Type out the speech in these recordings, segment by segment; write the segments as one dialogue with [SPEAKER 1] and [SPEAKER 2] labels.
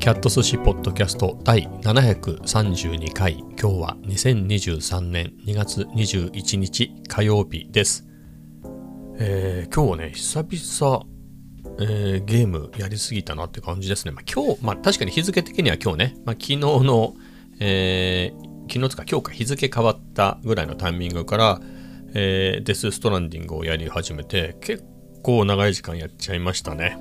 [SPEAKER 1] キャット寿司ポッドキャスト第732回。今日は2023年2月21日火曜日です。今日ね久々、ゲームやりすぎたなって感じですね。今日、確かに日付的には今日ね、昨日の、昨日とか今日か日付変わったぐらいのタイミングから、デスストランディングをやり始めて結構長い時間やっちゃいましたね。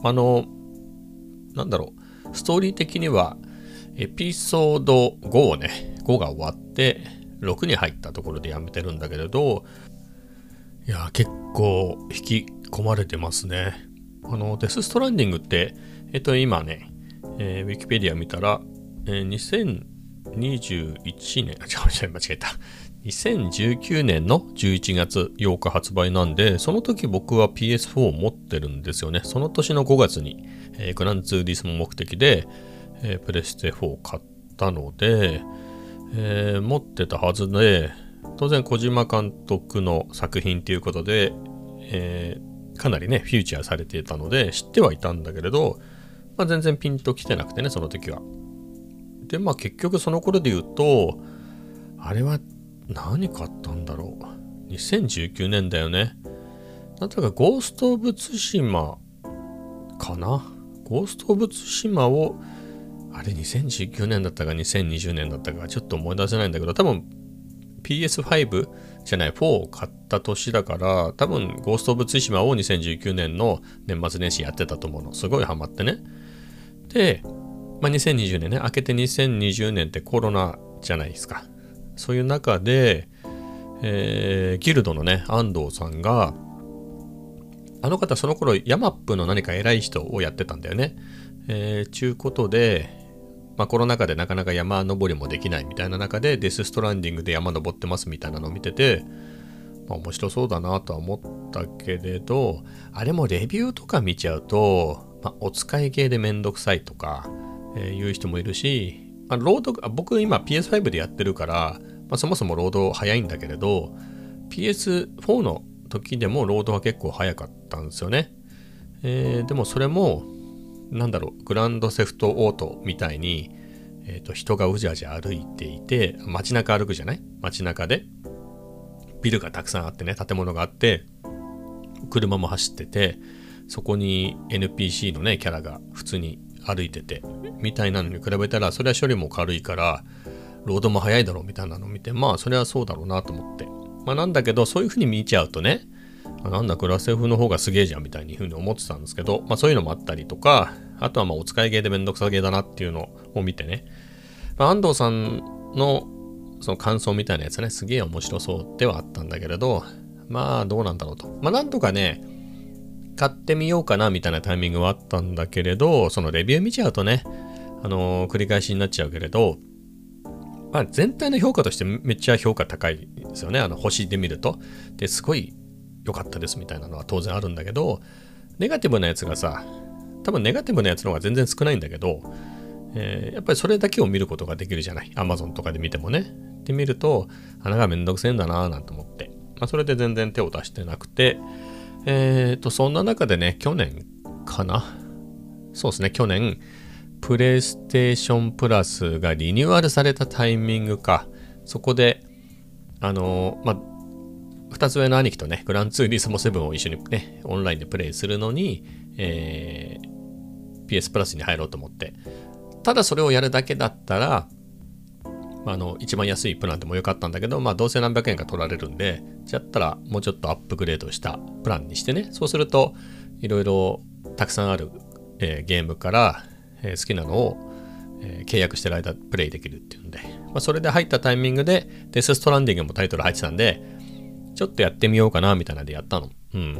[SPEAKER 1] ストーリー的にはエピソード5が終わって6に入ったところでやめてるんだけれど、いや結構引き込まれてますね。デスストランディングって今ね、ウィキペディア見たら、2021年間違えた2019年の11月8日発売なんで、その時僕は PS4 を持ってるんですよね。その年の5月に、グランツーリスモ目的で、プレステ4を買ったので、持ってたはずで、当然小島監督の作品ということで、かなりねフューチャーされていたので知ってはいたんだけれど、全然ピンときてなくてね、その時は。で結局その頃で言うと、あれは何買ったんだろう。2019年だよね。なんとかゴースト・オブ・ツシマかな。ゴースト・オブ・ツシマをあれ2019年だったか2020年だったかちょっと思い出せないんだけど、多分 PS5 じゃない4を買った年だから、多分ゴースト・オブ・ツシマを2019年の年末年始やってたと思うの。すごいハマってね。で、2020年ね、明けて2020年ってコロナじゃないですか。そういう中で、ギルドのね安藤さんが、あの方その頃ヤマップの何か偉い人をやってたんだよね。ちゅうことで、コロナ禍でなかなか山登りもできないみたいな中でデスストランディングで山登ってますみたいなのを見てて、面白そうだなとは思ったけれど、あれもレビューとか見ちゃうと、お使い系でめんどくさいとか、いう人もいるし、ロード僕今 PS5 でやってるから、そもそもロード早いんだけれど、 PS4 の時でもロードは結構早かったんですよね。でもそれもグランドセフトオートみたいに、人がうじゃうじゃ歩いていて、街中歩くじゃない。街中でビルがたくさんあってね、建物があって車も走ってて、そこに NPC のねキャラが普通に歩いててみたいなのに比べたら、それは処理も軽いからロードも早いだろうみたいなのを見て、それはそうだろうなと思って、なんだけどそういう風に見ちゃうとね、グラセフの方がすげえじゃんみたいに風に思ってたんですけど、そういうのもあったりとか、あとはお使いゲーでめんどくさゲーだなっていうのを見てね、安藤さんのその感想みたいなやつね、すげえ面白そうではあったんだけれど、どうなんだろうと、なんとかね買ってみようかなみたいなタイミングはあったんだけれど、そのレビュー見ちゃうとね、繰り返しになっちゃうけれど、全体の評価としてめっちゃ評価高いですよね。星で見ると。ですごい良かったですみたいなのは当然あるんだけど、ネガティブなやつがさ、多分ネガティブなやつの方が全然少ないんだけど、やっぱりそれだけを見ることができるじゃない。Amazon とかで見てもね。で見ると、穴がめんどくせえんだなぁなんて思って。それで全然手を出してなくて、そんな中でね、去年かな。そうですね、去年、プレイステーションプラスがリニューアルされたタイミングか。そこで、2つ上の兄貴とね、グランツーリスモ7を一緒にね、オンラインでプレイするのに、PS プラスに入ろうと思って。ただそれをやるだけだったら、一番安いプランでもよかったんだけど、どうせ何百円か取られるんで、じゃったらもうちょっとアップグレードしたプランにしてね、そうするといろいろたくさんある、ゲームから、好きなのを、契約してる間プレイできるっていうんで、それで入ったタイミングでデスストランディングもタイトル入ってたんで、ちょっとやってみようかなみたいなのでやったの。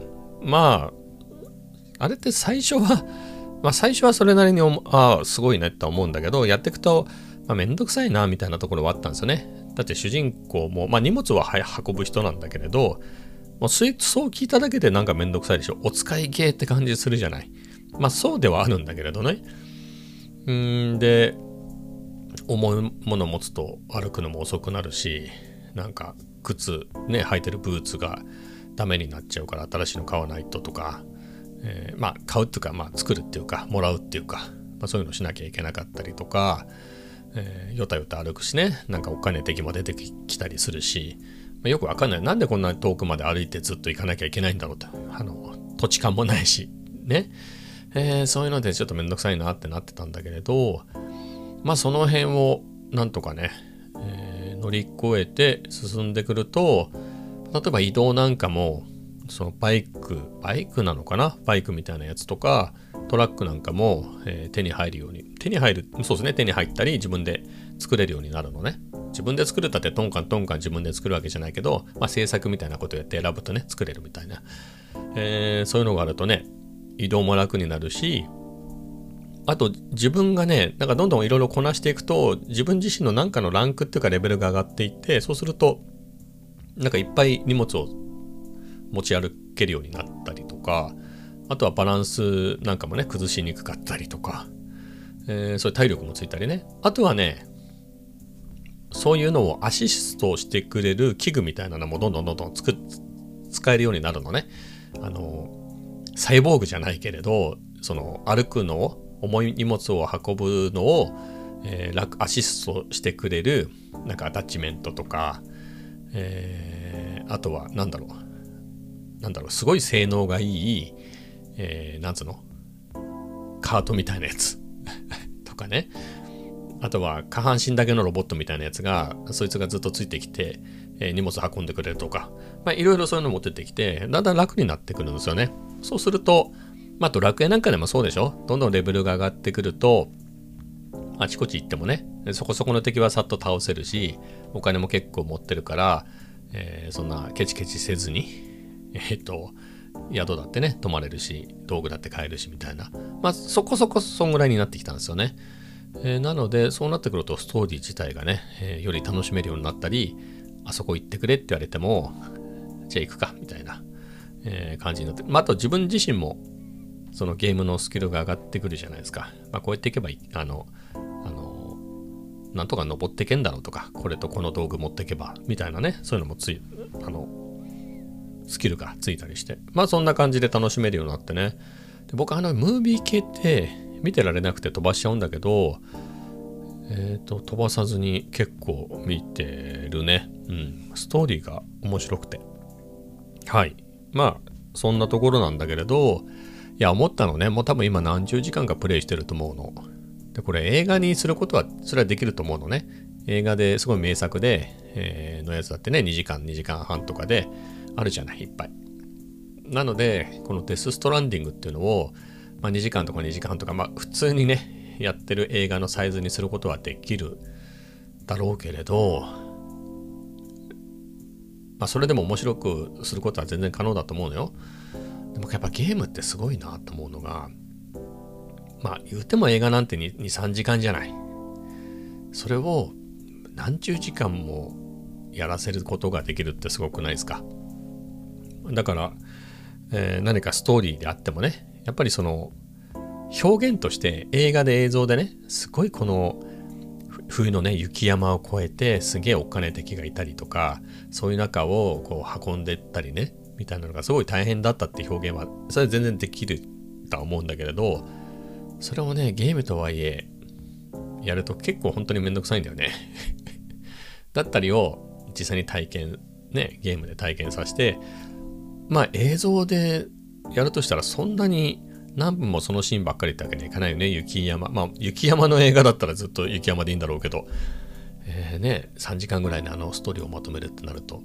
[SPEAKER 1] あれって最初はそれなりにすごいねって思うんだけど、やっていくとめんどくさいなみたいなところはあったんですよね。だって主人公も、荷物は運ぶ人なんだけれど、そう聞いただけでめんどくさいでしょ。お使い系って感じするじゃない。そうではあるんだけれどね。で、重いもの持つと歩くのも遅くなるし、靴ね履いてるブーツがダメになっちゃうから新しいの買わないととか、買うっていうか、作るっていうかもらうっていうか、 そういうのしなきゃいけなかったりとか、よたよた歩くしね、なんかお金敵も出てきたりするし、よくわかんない。なんでこんな遠くまで歩いてずっと行かなきゃいけないんだろうと。土地勘もないし、ね。そういうのでちょっとめんどくさいなってなってたんだけれど、その辺をなんとかね、乗り越えて進んでくると、例えば移動なんかも、そのバイクなのかな、バイクみたいなやつとかトラックなんかも、手に入ったり自分で作れるようになるのね。自分で作るったってトンカン自分で作るわけじゃないけど、制作みたいなことをやって選ぶとね作れるみたいな、そういうのがあるとね移動も楽になるし、あと自分がねなんかどんどんいろいろこなしていくと自分自身のなんかのランクっていうかレベルが上がっていって、そうするとなんかいっぱい荷物を持ち歩けるようになったりとか、あとはバランスなんかもね崩しにくかったりとか、そういう体力もついたりね。あとはねそういうのをアシストしてくれる器具みたいなのもどんどん使えるようになるのね。サイボーグじゃないけれど、その歩くのを重い荷物を運ぶのを、アシストしてくれるなんかアタッチメントとか、あとはなんだろうすごい性能がいい、カートみたいなやつとかね。あとは下半身だけのロボットみたいなやつがそいつがずっとついてきて、荷物運んでくれるとか、いろいろそういうのも出てきてだんだん楽になってくるんですよね。そうすると、ドラクエなんかでもそうでしょ。どんどんレベルが上がってくるとあちこち行ってもねそこそこの敵はさっと倒せるし、お金も結構持ってるから、そんなケチケチせずに宿だってね泊まれるし、道具だって買えるしみたいな、そこそこそんぐらいになってきたんですよね。なのでそうなってくるとストーリー自体がね、より楽しめるようになったり、あそこ行ってくれって言われてもじゃあ行くかみたいな、感じになって、あと自分自身もそのゲームのスキルが上がってくるじゃないですか。こうやっていけばなんとか登ってけんだろうとか、これとこの道具持ってけばみたいなね、そういうのもスキルがついたりして、そんな感じで楽しめるようになってね。で僕ムービー系って見てられなくて飛ばしちゃうんだけど、飛ばさずに結構見てるね。ストーリーが面白くて、そんなところなんだけれど、いや思ったのね、もう多分今何十時間かプレイしてると思うので、これ映画にすることはそれはできると思うのね。映画ですごい名作で、のやつだってね2時間半とかであるじゃない、いっぱい。なのでこのデスストランディングっていうのを、2時間とか2時間半とか、普通にねやってる映画のサイズにすることはできるだろうけれど、それでも面白くすることは全然可能だと思うのよ。でもやっぱゲームってすごいなと思うのが、言うても映画なんて 2,3 時間じゃない。それを何十時間もやらせることができるってすごくないですか。だから、何かストーリーであってもね、やっぱりその表現として映画で映像でね、すごいこの冬のね雪山を越えてすげえおっかねえ敵がいたりとか、そういう中をこう運んでったりねみたいなのがすごい大変だったって表現はそれは全然できるとは思うんだけれど、それをねゲームとはいえやると結構本当にめんどくさいんだよねだったりを実際に体験ね、ゲームで体験させて、映像でやるとしたらそんなに何分もそのシーンばっかりってわけにはいかないよね。雪山、雪山の映画だったらずっと雪山でいいんだろうけど、3時間ぐらいのストーリーをまとめるってなると、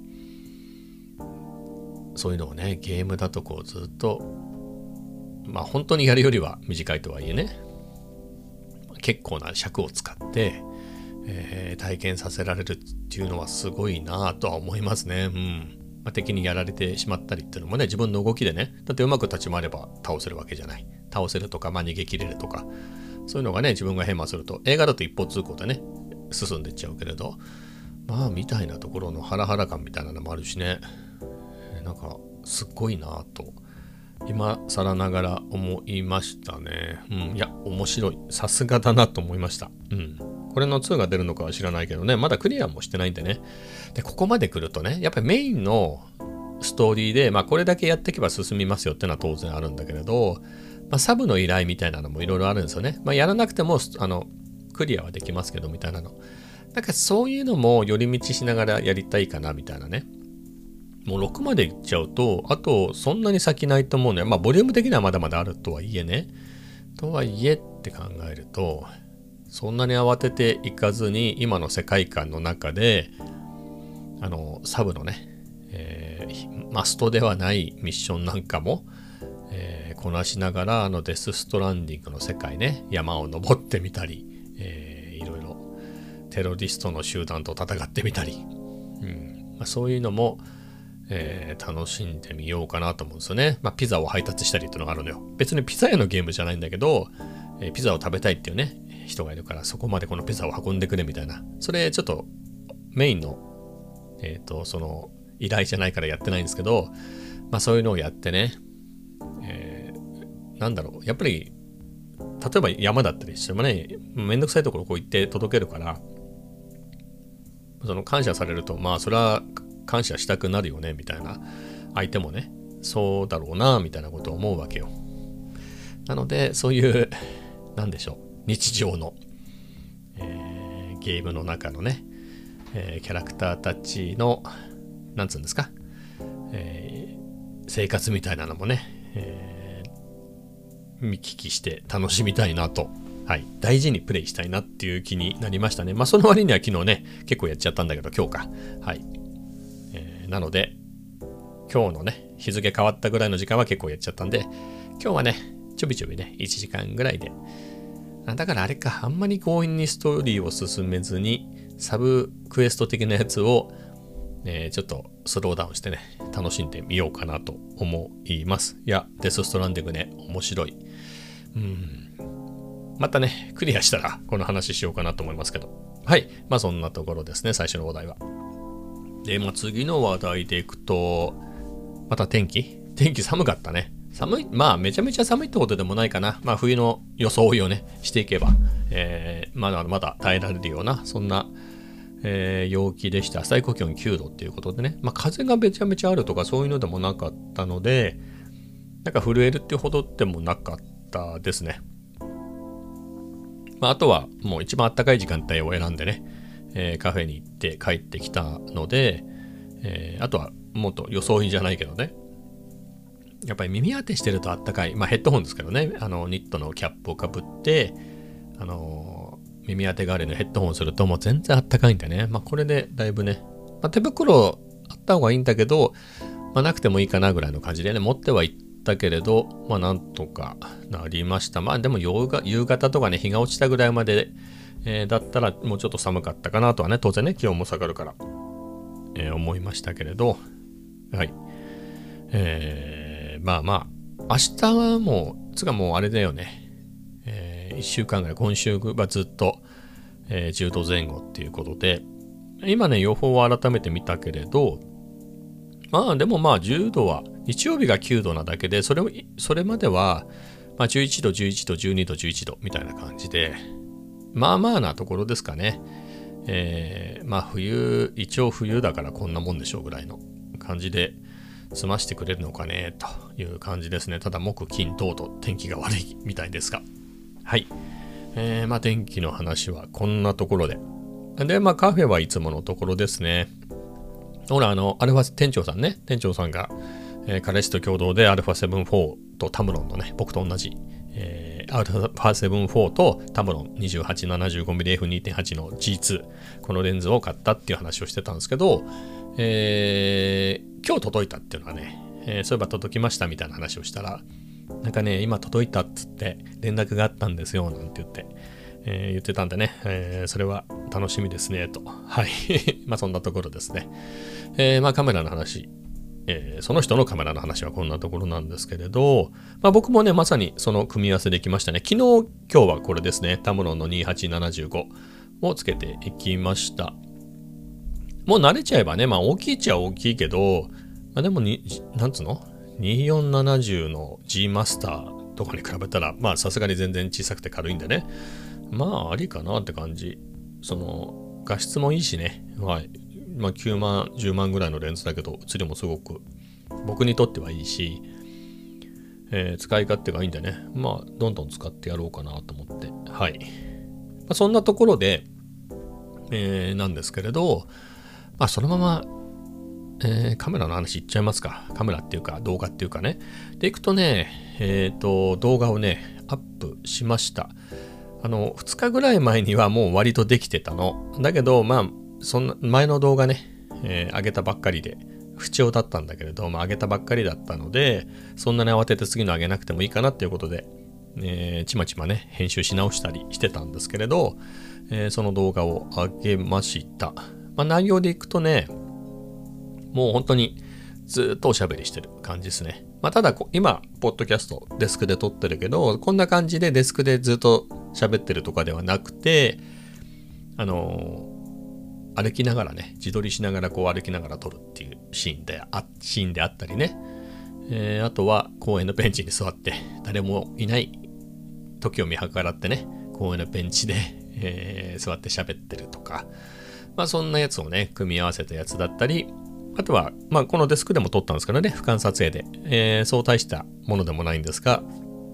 [SPEAKER 1] そういうのをねゲームだとこうずっと本当にやるよりは短いとはいえね、結構な尺を使って、体験させられるっていうのはすごいなとは思いますね。敵にやられてしまったりっていうのもね、自分の動きでね、だってうまく立ち回れば倒せるわけじゃない。倒せるとか、逃げ切れるとか、そういうのがね自分がヘマすると、映画だと一方通行でね進んでいっちゃうけれど、みたいなところのハラハラ感みたいなのもあるしね、なんかすっごいなと今更ながら思いましたね。いや面白い、さすがだなと思いました。これの2が出るのかは知らないけどね、まだクリアもしてないんでね。でここまで来るとね、やっぱりメインのストーリーでこれだけやっていけば進みますよってのは当然あるんだけれど、 サブの依頼みたいなのもいろいろあるんですよね。やらなくてもクリアはできますけどみたいなの。なんかそういうのも寄り道しながらやりたいかなみたいなね。もう6までいっちゃうと、あとそんなに先ないと思うね。ボリューム的にはまだまだあるとはいえね。とはいえって考えると、そんなに慌てていかずに今の世界観の中で、サブのね、マストではないミッションなんかも、こなしながらデスストランディングの世界ね、山を登ってみたり、いろいろテロリストの集団と戦ってみたり、そういうのも、楽しんでみようかなと思うんですよね。ピザを配達したりっていうのがあるのよ。別にピザ屋のゲームじゃないんだけど、ピザを食べたいっていうね人がいるから、そこまでこのピザを運んでくれみたいな、それちょっとメインのその依頼じゃないからやってないんですけど、そういうのをやってね、やっぱり例えば山だったりしてもね、めんどくさいところこう行って届けるから、その感謝されると、それは感謝したくなるよねみたいな、相手もねそうだろうなみたいなことを思うわけよ。なのでそういう日常の、ゲームの中のね、キャラクターたちのなんつうんですか、生活みたいなのもね、見聞きして楽しみたいなと、大事にプレイしたいなっていう気になりましたね。その割には昨日ね結構やっちゃったんだけど、今日か。なので今日のね日付変わったぐらいの時間は結構やっちゃったんで、今日はねちょびちょびね1時間ぐらいで、だからあれか、あんまり強引にストーリーを進めずにサブクエスト的なやつを、ちょっとスローダウンしてね楽しんでみようかなと思います。いや、デスストランディングね面白い。またねクリアしたらこの話しようかなと思いますけど、そんなところですね、最初の話題は。で、次の話題でいくと、また天気寒かったね。寒い、めちゃめちゃ寒いってことでもないかな。冬の装いをねしていけば、まだまだ耐えられるようなそんな、陽気でした。最高気温9度っていうことでね、風がめちゃめちゃあるとかそういうのでもなかったので、なんか震えるってほどでもなかったですね。あとはもう一番暖かい時間帯を選んでね、カフェに行って帰ってきたので、あとはもっと装いじゃないけどね、やっぱり耳当てしてるとあったかい、ヘッドホンですけどね、ニットのキャップをかぶって、耳当て代わりのヘッドホンするともう全然あったかいんでね、これでだいぶね、手袋あった方がいいんだけど、なくてもいいかなぐらいの感じでね持ってはいったけれど、なんとかなりました。でも夕方とかね日が落ちたぐらいまで、だったらもうちょっと寒かったかなとはね、当然ね気温も下がるから、思いましたけれど、明日はもうあれだよね、1週間ぐらい、今週はずっと、10度前後っていうことで、今ね予報を改めて見たけれど、でも10度は日曜日が9度なだけで、それまでは11度11度12度11度みたいな感じで、なところですかね。一応冬だからこんなもんでしょうぐらいの感じで済ましてくれるのかねという感じですね。ただ木金土と天気が悪いみたいですが、天気の話はこんなところで、カフェはいつものところですね。アルファ店長さんが、彼氏と共同で α7-4 とタムロンのね、僕と同じ、α7-4 とタムロン 2875mm f2.8 の G2、 このレンズを買ったっていう話をしてたんですけど、今日届いたっていうのはね、そういえば届きましたみたいな話をしたら、なんかね今届いたっつって連絡があったんですよなんて言ってたんでね、それは楽しみですねと。そんなところですね。カメラの話、その人のカメラの話はこんなところなんですけれど、僕もねまさにその組み合わせできましたね。昨日今日はこれですね、タムロンの2875をつけていきました。もう慣れちゃえばね、大きいっちゃ大きいけど、でもなんつうの2470の G マスターとかに比べたらさすがに全然小さくて軽いんでね、ありかなって感じ。その画質もいいしね、9万10万ぐらいのレンズだけど写りもすごく僕にとってはいいし、 使い勝手がいいんでね、まあどんどん使ってやろうかなと思って、はい。そんなところで、なんですけれど、そのまま、カメラの話いっちゃいますか。カメラっていうか動画っていうかね。でいくとね、動画をね、アップしました。2日ぐらい前にはもう割とできてたの。だけど、そんな前の動画ね、上げたばっかりで、不調だったんだけれど、上げたばっかりだったので、そんなに慌てて次の上げなくてもいいかなっていうことで、ちまちまね、編集し直したりしてたんですけれど、その動画を上げました。内容でいくとね、もう本当にずっとおしゃべりしてる感じですね。ただ今、ポッドキャストデスクで撮ってるけど、こんな感じでデスクでずっと喋ってるとかではなくて、歩きながらね、自撮りしながら歩きながら撮るっていうシーンであったりね、あとは公園のベンチに座って誰もいない時を見計らってね、公園のベンチで、座って喋ってるとか、そんなやつをね、組み合わせたやつだったり、あとは、このデスクでも撮ったんですけどね、俯瞰撮影で、そう大したものでもないんですが、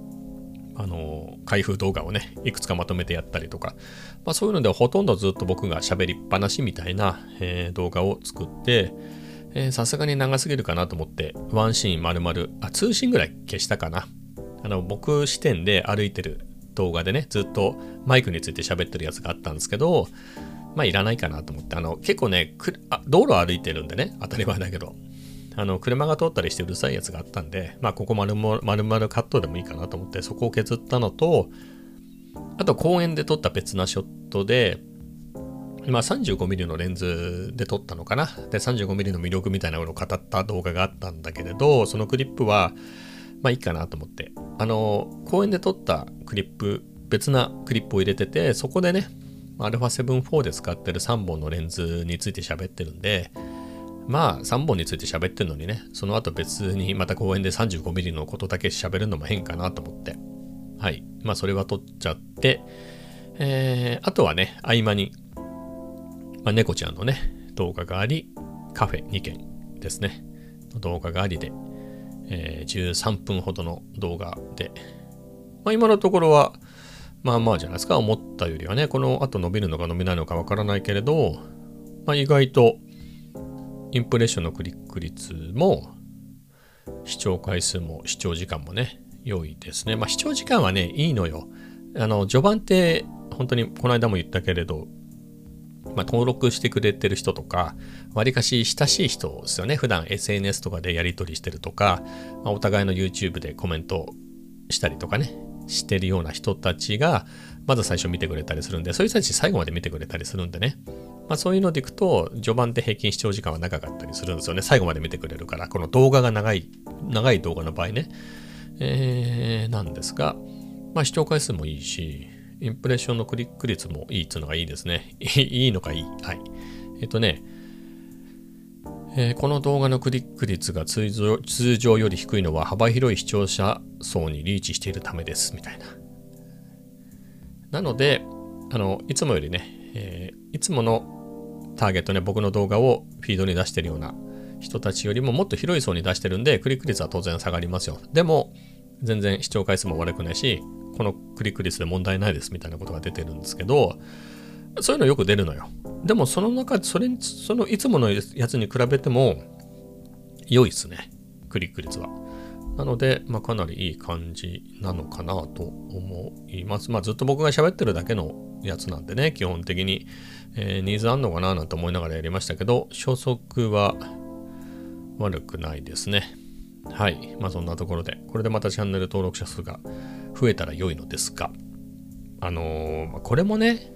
[SPEAKER 1] 開封動画をね、いくつかまとめてやったりとか、そういうのでほとんどずっと僕が喋りっぱなしみたいな、動画を作って、さすがに長すぎるかなと思って、ワンシーン丸々、2シーンぐらい消したかな。僕視点で歩いてる動画でね、ずっとマイクについて喋ってるやつがあったんですけど、いらないかなと思って、結構ね、道路歩いてるんでね、当たり前だけど、車が通ったりしてうるさいやつがあったんで、ここ丸々カットでもいいかなと思って、そこを削ったのと、あと公園で撮った別なショットで、35mm のレンズで撮ったのかな。で、35mm の魅力みたいなのを語った動画があったんだけれど、そのクリップは、いいかなと思って、公園で撮ったクリップ、別なクリップを入れてて、そこでね、α7-4 で使ってる3本のレンズについて喋ってるんで、3本について喋ってるのにね、その後別にまた公園で 35mm のことだけ喋るのも変かなと思って、はい。それは撮っちゃって、あとはね、合間に、猫ちゃんのね、動画があり、カフェ2件ですね、の動画がありで、13分ほどの動画で、今のところは、じゃないですか、思ったよりはね、この後伸びるのか伸びないのかわからないけれど、意外と、インプレッションのクリック率も、視聴回数も視聴時間もね、良いですね。視聴時間はね、いいのよ。序盤って、本当にこの間も言ったけれど、登録してくれてる人とか、わりかし親しい人ですよね。普段 SNS とかでやり取りしてるとか、お互いの YouTube でコメントしたりとかね、してるような人たちが、まず最初見てくれたりするんで、そういう人たち最後まで見てくれたりするんでね。そういうのでいくと、序盤で平均視聴時間は長かったりするんですよね。最後まで見てくれるから、この動画が長い動画の場合ね。なんですが、視聴回数もいいし、インプレッションのクリック率もいいっていうのがいいですね。いいのかいい。はい。この動画のクリック率が通常より低いのは幅広い視聴者層にリーチしているためです、みたいな。なので、いつもよりね、いつものターゲットね、僕の動画をフィードに出してるような人たちよりももっと広い層に出してるんで、クリック率は当然下がりますよ。でも、全然視聴回数も悪くないし、このクリック率で問題ないですみたいなことが出てるんですけど、そういうのよく出るのよ。でもその中で、そのいつものやつに比べても良いですね、クリック率は。なので、かなりいい感じなのかなと思います。ずっと僕が喋ってるだけのやつなんでね、基本的に、ニーズあんのかななんて思いながらやりましたけど、初速は悪くないですね。はい。そんなところで、これでまたチャンネル登録者数が増えたら良いのですが、これもね、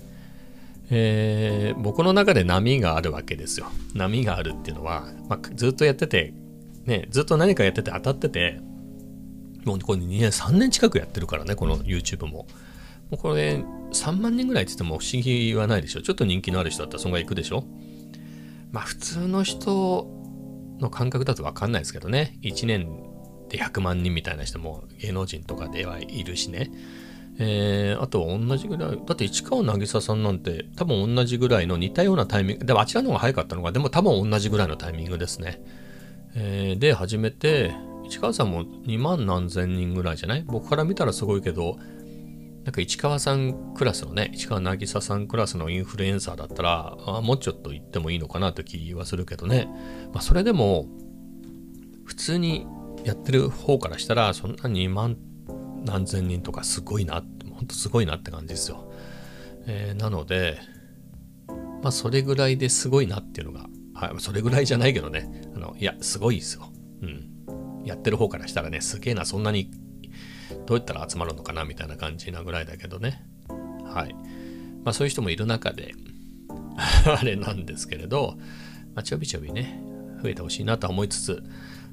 [SPEAKER 1] 僕の中で波があるわけですよ。波があるっていうのは、ずっとやってて、ね、ずっと何かやってて当たってて、もうこれ2年、3年近くやってるからね、この YouTube も。もうこれ3万人ぐらいって言っても不思議はないでしょ。ちょっと人気のある人だったらそんぐらい行くでしょ。普通の人の感覚だと分かんないですけどね。1年で100万人みたいな人も芸能人とかではいるしね。あとは同じぐらい、だって市川渚さんなんて多分同じぐらいの似たようなタイミング、でもあちらの方が早かったのが、でも多分同じぐらいのタイミングですね。で始めて、 市川さんも2万何千人ぐらいじゃない？僕から見たらすごいけど、なんか市川さんクラスのね、市川渚さんクラスのインフルエンサーだったら、もうちょっと言ってもいいのかなと気はするけどね。それでも、普通にやってる方からしたら、そんな2万何千人とかすごいなって、ほんとすごいなって感じですよ。なので、それぐらいですごいなっていうのが、それぐらいじゃないけどね、いや、すごいですよ。やってる方からしたらね、すげえな、そんなにどうやったら集まるのかなみたいな感じなぐらいだけどね。はい。そういう人もいる中で、あれなんですけれど、ちょびちょびね、増えてほしいなとは思いつつ、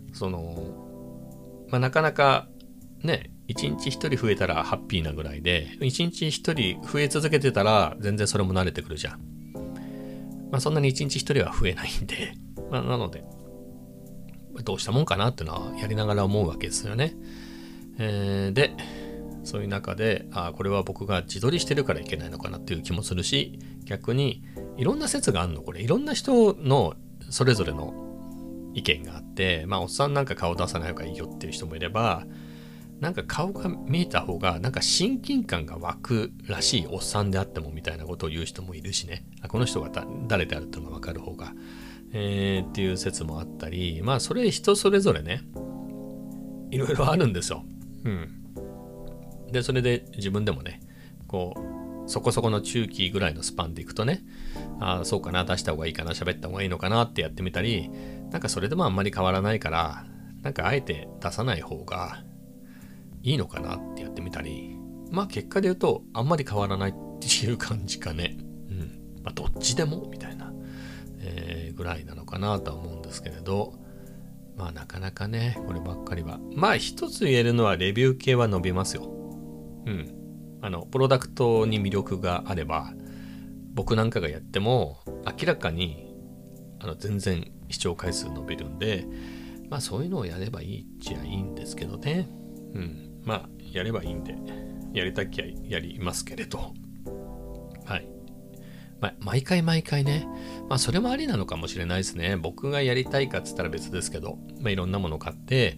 [SPEAKER 1] なかなかね、1日1人増えたらハッピーなぐらいで、1日1人増え続けてたら全然それも慣れてくるじゃん。そんなに1日1人は増えないんで、なので、どうしたもんかなっていうのはやりながら思うわけですよね。で、そういう中で、これは僕が自撮りしてるからいけないのかなっていう気もするし、逆にいろんな説があるの、これいろんな人のそれぞれの意見があって、おっさんなんか顔出さない方がいいよっていう人もいれば、なんか顔が見えた方がなんか親近感が湧くらしいおっさんであってもみたいなことを言う人もいるしね、この人が誰であるっていうのが分かる方が、っていう説もあったり、それ人それぞれね、いろいろあるんですよ。で、それで自分でもね、そこそこの中期ぐらいのスパンでいくとね、そうかな、出した方がいいかな、喋った方がいいのかなってやってみたり、なんかそれでもあんまり変わらないから、なんかあえて出さない方がいいのかなってやってみたり、結果で言うとあんまり変わらないっていう感じかね。どっちでもみたいな、ぐらいなのかなとは思うんですけれど、なかなかね、こればっかりは。一つ言えるのはレビュー系は伸びますよ。プロダクトに魅力があれば、僕なんかがやっても明らかに全然視聴回数伸びるんで、そういうのをやればいいっちゃいいんですけどね。やればいいんで、やりたきゃやりますけれど。はい。毎回ね、それもありなのかもしれないですね。僕がやりたいかっつったら別ですけど、いろんなものを買って、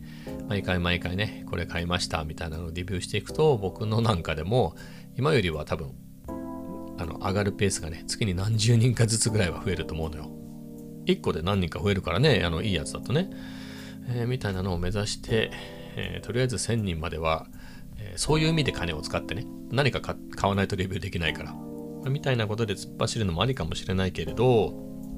[SPEAKER 1] 毎回ね、これ買いましたみたいなのをレビューしていくと、僕のなんかでも、今よりは多分、上がるペースがね、月に何十人かずつぐらいは増えると思うのよ。1個で何人か増えるからね、いいやつだとね。みたいなのを目指して、とりあえず1000人までは、そういう意味で金を使ってね、何か買わないとレビューできないから。みたいなことで突っ走るのもありかもしれないけれど、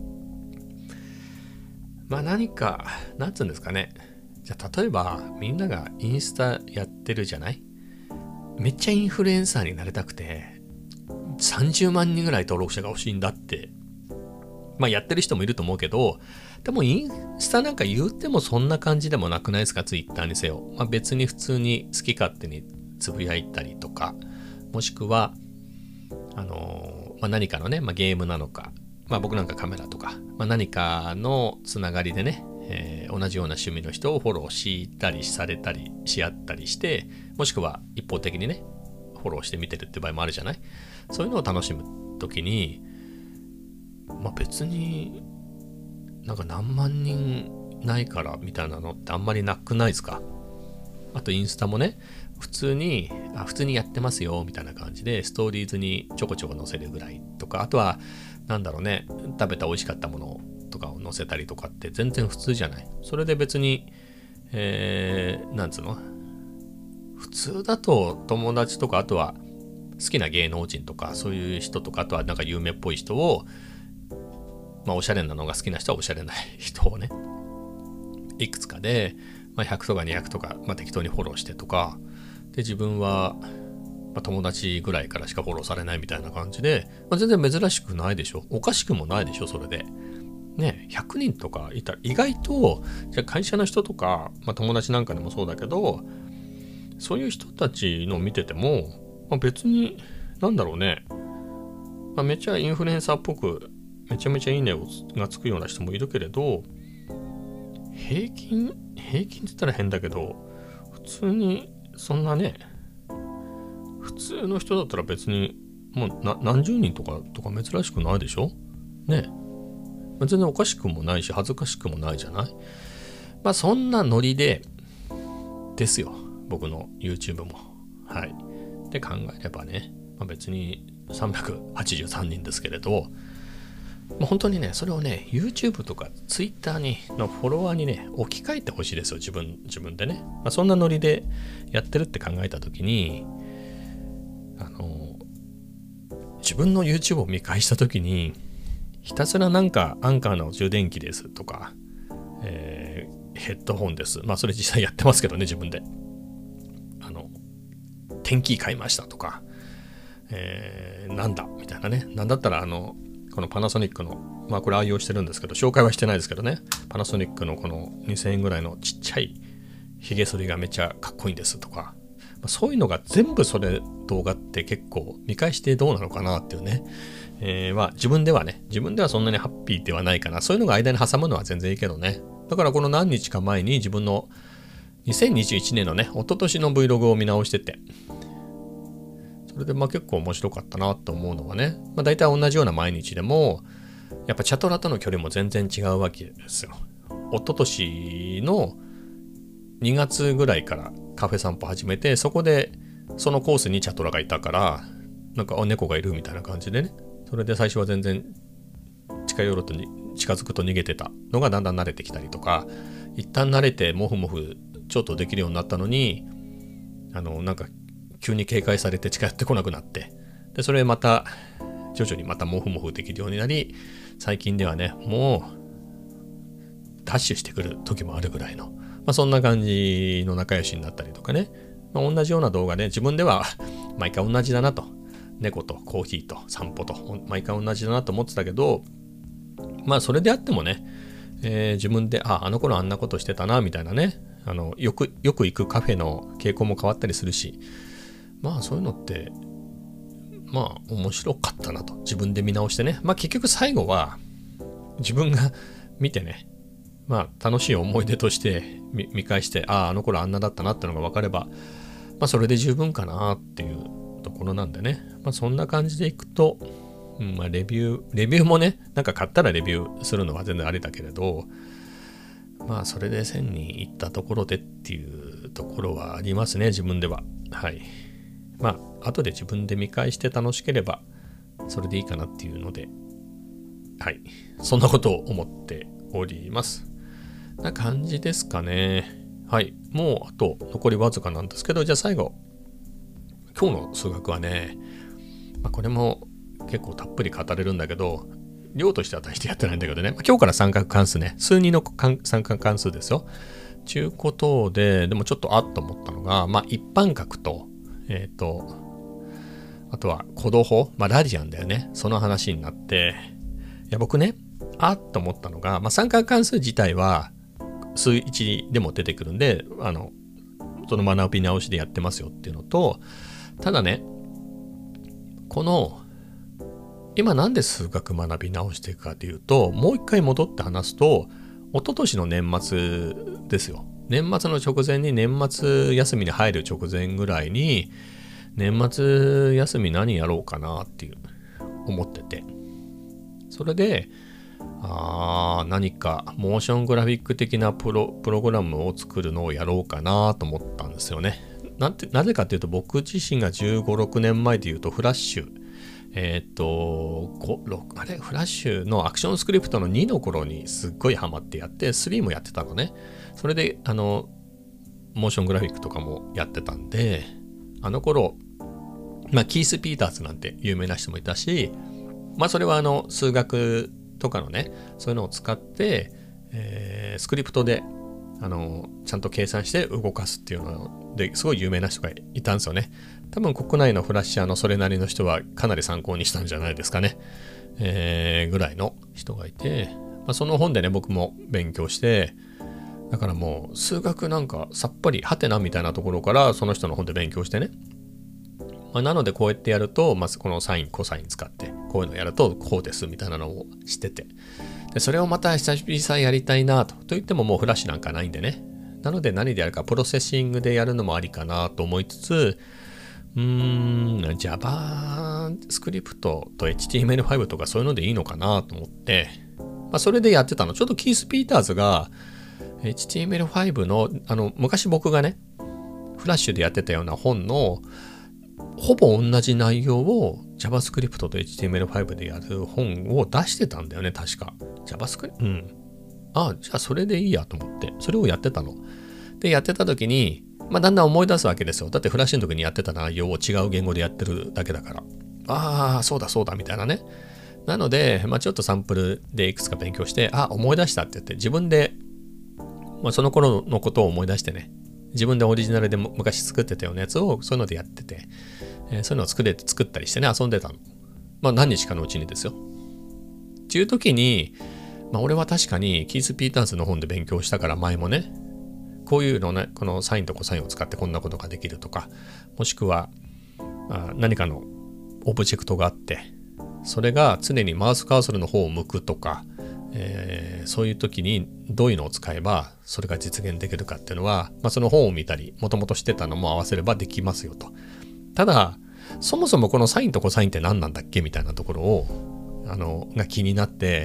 [SPEAKER 1] 何か、なんつうんですかね。じゃあ例えばみんながインスタやってるじゃない？めっちゃインフルエンサーになりたくて、30万人ぐらい登録者が欲しいんだって。やってる人もいると思うけど、でもインスタなんか言ってもそんな感じでもなくないですか？ツイッターにせよ。別に普通に好き勝手につぶやいたりとか、もしくは何かのね、ゲームなのか、僕なんかカメラとか、何かのつながりでね、同じような趣味の人をフォローしたりされたりし合ったりして、もしくは一方的にね、フォローして見てるって場合もあるじゃない？そういうのを楽しむときに、別になんか何万人ないからみたいなのってあんまりなくないですか？あとインスタもね、普通にやってますよみたいな感じでストーリーズにちょこちょこ載せるぐらいとか、あとはなんだろうね、食べた美味しかったものとかを載せたりとかって全然普通じゃない。それで別になんつうの、普通だと友達とか、あとは好きな芸能人とかそういう人とか、あとはなんか有名っぽい人を、おしゃれなのが好きな人はおしゃれな人をね、いくつかで、100とか200とか、適当にフォローしてとかで、自分は、友達ぐらいからしかフォローされないみたいな感じで、全然珍しくないでしょ、おかしくもないでしょ。それでね、100人とかいたら意外と、じゃあ会社の人とか、友達なんかでもそうだけど、そういう人たちの見てても、別になんだろうね、めっちゃインフルエンサーっぽくめちゃめちゃいいねがつくような人もいるけれど、平均って言ったら変だけど、普通にそんなね、普通の人だったら別にもう何十人とか珍しくないでしょね。全然おかしくもないし恥ずかしくもないじゃない。そんなノリでですよ。僕の YouTube も。はい。で考えればね、別に383人ですけれど、本当にね、それをね、YouTube とか Twitter のフォロワーにね、置き換えてほしいですよ、自分でね。そんなノリでやってるって考えたときに、自分の YouTube を見返したときに、ひたすらなんかアンカーの充電器ですとか、ヘッドホンです。それ実際やってますけどね、自分で。テンキー買いましたとか、なんだみたいなね。なんだったらこのパナソニックの、これ愛用してるんですけど、紹介はしてないですけどね、パナソニックのこの2000円ぐらいのちっちゃいヒゲ剃りがめちゃかっこいいんですとか、そういうのが全部それ動画って結構見返してどうなのかなっていうね、自分ではそんなにハッピーではないかな。そういうのが間に挟むのは全然いいけどね。だからこの何日か前に自分の2021年のね、一昨年の Vlog を見直してて、それで結構面白かったなと思うのはね、大体同じような毎日でも、やっぱチャトラとの距離も全然違うわけですよ。一昨年の2月ぐらいからカフェ散歩始めて、そこでそのコースにチャトラがいたから、なんか猫がいるみたいな感じでね、それで最初は全然近づくと逃げてたのがだんだん慣れてきたりとか、一旦慣れてモフモフちょっとできるようになったのに、なんか急に警戒されて近寄ってこなくなって、でそれまた徐々にまたモフモフできるようになり、最近ではね、もうダッシュしてくる時もあるぐらいの、そんな感じの仲良しになったりとかね、同じような動画で自分では毎回同じだなと、猫とコーヒーと散歩と毎回同じだなと思ってたけど、それであってもね、自分であの頃あんなことしてたなみたいなね、よく行くカフェの傾向も変わったりするし、そういうのって面白かったなと自分で見直してね、結局最後は自分が見てね、楽しい思い出として見返して、あの頃あんなだったなってのが分かれば、それで十分かなっていうところなんでね、そんな感じでいくと、レビューもね、なんか買ったらレビューするのは全然ありだけれど、それで1000人いったところでっていうところはありますね、自分では。はい。後で自分で見返して楽しければそれでいいかなっていうので、はい、そんなことを思っておりますな感じですかね。はい、もうあと残りわずかなんですけど、じゃあ最後、今日の数学はね、これも結構たっぷり語れるんだけど、量としては大してやってないんだけどね、今日から三角関数ね、数2の三角関数ですよ。中古等でもちょっとと思ったのが、一般角とあとは弧度法、ラディアンだよね。その話になって、いや僕ね、と思ったのが、三角関数自体は数1でも出てくるんで、その学び直しでやってますよっていうのと、ただね、この今なんで数学学び直していくかというと、もう一回戻って話すと、一昨年の年末ですよ。年末の直前に、年末休みに入る直前ぐらいに、年末休み何やろうかなっていう思ってて、それで何かモーショングラフィック的なプログラムを作るのをやろうかなと思ったんですよね。なぜかというと、僕自身が15、6年前でいうとフラッシュフラッシュのアクションスクリプトの2の頃にすっごいハマってやって、3もやってたのね。それでモーショングラフィックとかもやってたんで、あの頃キース・ピーターズなんて有名な人もいたし、それは数学とかのね、そういうのを使って、スクリプトでちゃんと計算して動かすっていうのですごい有名な人がいたんですよね。多分国内のフラッシャーのそれなりの人はかなり参考にしたんじゃないですかね、ぐらいの人がいて、その本でね僕も勉強して、だからもう数学なんかさっぱりハテナみたいなところからその人の本で勉強してね、なのでこうやってやると、まずこのサインコサイン使ってこういうのやるとこうですみたいなのを知ってて、でそれをまた久々やりたいなと言ってももうフラッシュなんかないんでね、なので何でやるかプロセッシングでやるのもありかなと思いつつ、Java スクリプトと HTML5 とかそういうのでいいのかなと思って、それでやってたの。ちょっとキース・ピーターズが HTML5 の昔僕がねフラッシュでやってたような本のほぼ同じ内容を JavaScript と HTML5 でやる本を出してたんだよね、確か。JavaScript？ じゃあそれでいいやと思って、それをやってたの。で、やってた時に、だんだん思い出すわけですよ。だってフラッシュの時にやってた内容を違う言語でやってるだけだから。そうだ、みたいなね。なので、ちょっとサンプルでいくつか勉強して、思い出したって言って、自分で、その頃のことを思い出してね、自分でオリジナルで昔作ってたようなやつをそういうのでやってて、そういうのを作ったりしてね、遊んでたの。何日かのうちにですよ。っていう時に、俺は確かにキース・ピーターズの本で勉強したから前もね、こういうのね、このサインとコサインを使ってこんなことができるとか、もしくは何かのオブジェクトがあって、それが常にマウスカーソルの方を向くとか、そういう時にどういうのを使えばそれが実現できるかっていうのは、その本を見たりもともとしてたのも合わせればできますよと。ただそもそもこのサインとコサインって何なんだっけみたいなところをが気になって、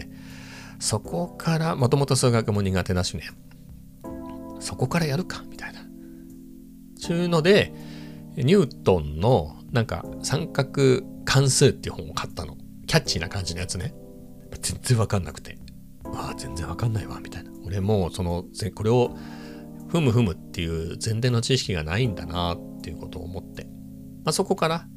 [SPEAKER 1] そこからもともと数学も苦手だしね、そこからやるかみたいなそういうので、ニュートンのなんか三角関数っていう本を買ったの。キャッチーな感じのやつね。全然わかんなくて、全然わかんないわみたいな。俺もこれをふむっていう前提の知識がないんだなっていうことを思って、そこから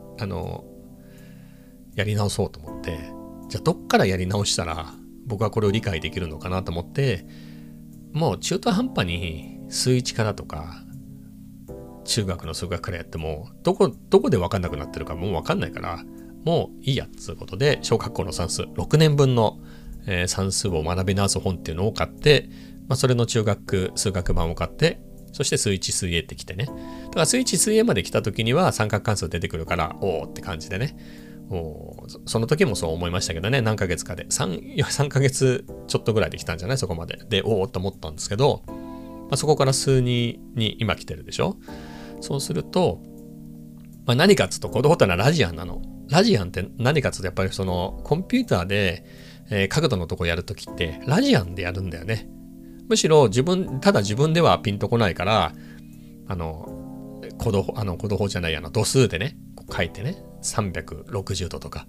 [SPEAKER 1] やり直そうと思って、じゃあどっからやり直したら僕はこれを理解できるのかなと思って、もう中途半端に数1からとか中学の数学からやってもどこで分かんなくなってるかもう分かんないから、もういいやつうことで小学校の算数6年分の、算数を学び直す本っていうのを買って、それの中学数学版を買って、そして数1数 A ってきてね。だから数1数 A まで来た時には三角関数出てくるから、おーって感じでね。その時もそう思いましたけどね、何ヶ月かで3ヶ月ちょっとぐらいで来たんじゃない、そこまでで、おーって思ったんですけど、そこから数2に今来てるでしょ。そうすると、何かっつうとこのことはラジアンなの。ラジアンって何かっつうと、やっぱりそのコンピューターで、角度のとこやるときってラジアンでやるんだよね。むしろただ自分ではピンとこないから、コド法じゃない度数でね、書いてね、360度とか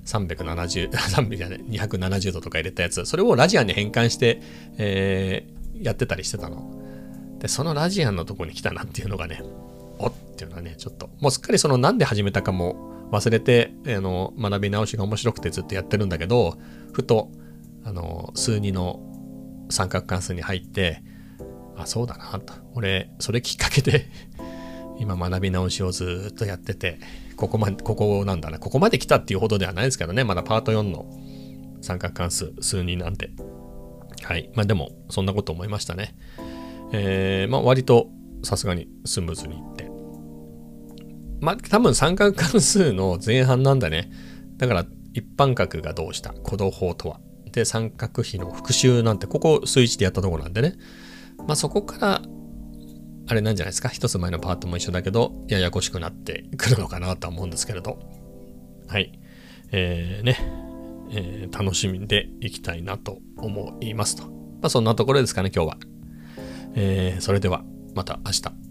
[SPEAKER 1] 270度とか入れたやつ、それをラジアンに変換して、やってたりしてたの。で、そのラジアンのとこに来たなっていうのがね、っていうのはね、ちょっともうすっかりなんで始めたかも忘れて、学び直しが面白くてずっとやってるんだけど、ふと数2の三角関数に入って、そうだなと、俺それきっかけで今学び直しをずっとやってて、ここまで来たっていうほどではないですけどね、まだパート4の三角関数数2なんて、はい、でもそんなこと思いましたね。割とさすがにスムーズにいって、多分三角関数の前半なんだね。だから一般角がどうした、弧度法とはで、三角比の復習なんてここ数1でやったところなんでね、そこからあれなんじゃないですか、一つ前のパートも一緒だけどややこしくなってくるのかなとは思うんですけれど、はい、楽しみでいきたいなと思いますと。そんなところですかね今日は。それではまた明日。